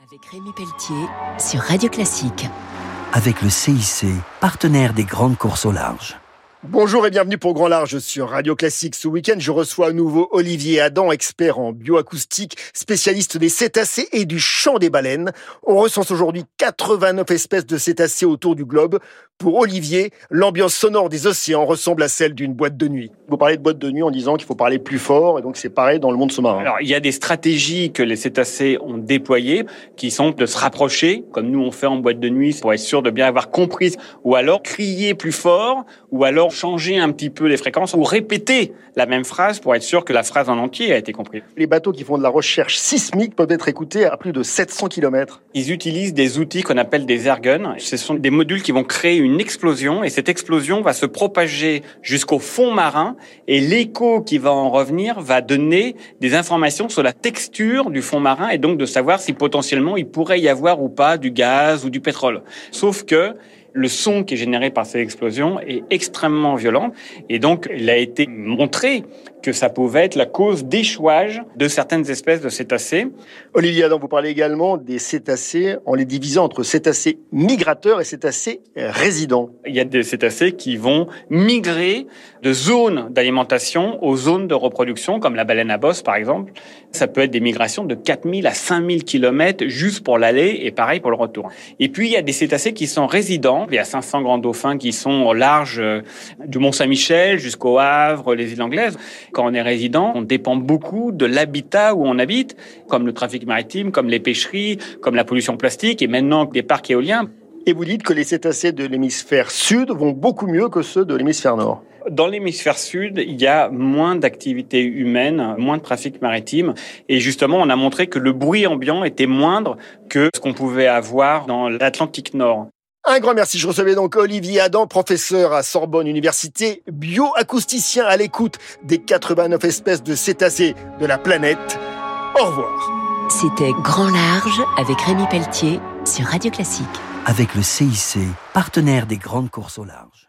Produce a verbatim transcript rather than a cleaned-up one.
Avec Rémi Pelletier sur Radio Classique. Avec le C I C, partenaire des grandes courses au large. Bonjour et bienvenue pour Grand Large sur Radio Classique. Ce week-end, je reçois à nouveau Olivier Adam, expert en bioacoustique, spécialiste des cétacés et du chant des baleines. On recense aujourd'hui quatre-vingt-neuf espèces de cétacés autour du globe. Pour Olivier, l'ambiance sonore des océans ressemble à celle d'une boîte de nuit. Vous parlez de boîte de nuit en disant qu'il faut parler plus fort, et donc c'est pareil dans le monde sous-marin. Alors, il y a des stratégies que les cétacés ont déployées, qui sont de se rapprocher, comme nous on fait en boîte de nuit, pour être sûr de bien avoir compris, ou alors crier plus fort, ou alors changer un petit peu les fréquences, ou répéter la même phrase pour être sûr que la phrase en entier a été comprise. Les bateaux qui font de la recherche sismique peuvent être écoutés à plus de sept cents kilomètres. Ils utilisent des outils qu'on appelle des airguns. Ce sont des modules qui vont créer une explosion, et cette explosion va se propager jusqu'au fond marin, et l'écho qui va en revenir va donner des informations sur la texture du fond marin, et donc de savoir si potentiellement il pourrait y avoir ou pas du gaz ou du pétrole. Sauf que le son qui est généré par ces explosions est extrêmement violent, et donc il a été montré que ça pouvait être la cause d'échouage de certaines espèces de cétacés. Olivier Adam, vous parlez également des cétacés en les divisant entre cétacés migrateurs et cétacés résidents. Il y a des cétacés qui vont migrer de zones d'alimentation aux zones de reproduction, comme la baleine à bosse par exemple. Ça peut être des migrations de quatre mille à cinq mille kilomètres juste pour l'aller, et pareil pour le retour. Et puis il y a des cétacés qui sont résidents. Il y a cinq cents grands dauphins qui sont au large du Mont-Saint-Michel jusqu'au Havre, les îles anglaises. Quand on est résident, on dépend beaucoup de l'habitat où on habite, comme le trafic maritime, comme les pêcheries, comme la pollution plastique, et maintenant des parcs éoliens. Et vous dites que les cétacés de l'hémisphère sud vont beaucoup mieux que ceux de l'hémisphère nord. Dans l'hémisphère sud, il y a moins d'activité humaine, moins de trafic maritime. Et justement, on a montré que le bruit ambiant était moindre que ce qu'on pouvait avoir dans l'Atlantique Nord. Un grand merci. Je recevais donc Olivier Adam, professeur à Sorbonne Université, bioacousticien à l'écoute des quatre-vingt-neuf espèces de cétacés de la planète. Au revoir. C'était Grand Large avec Rémi Pelletier sur Radio Classique. Avec le C I C, partenaire des grandes courses au large.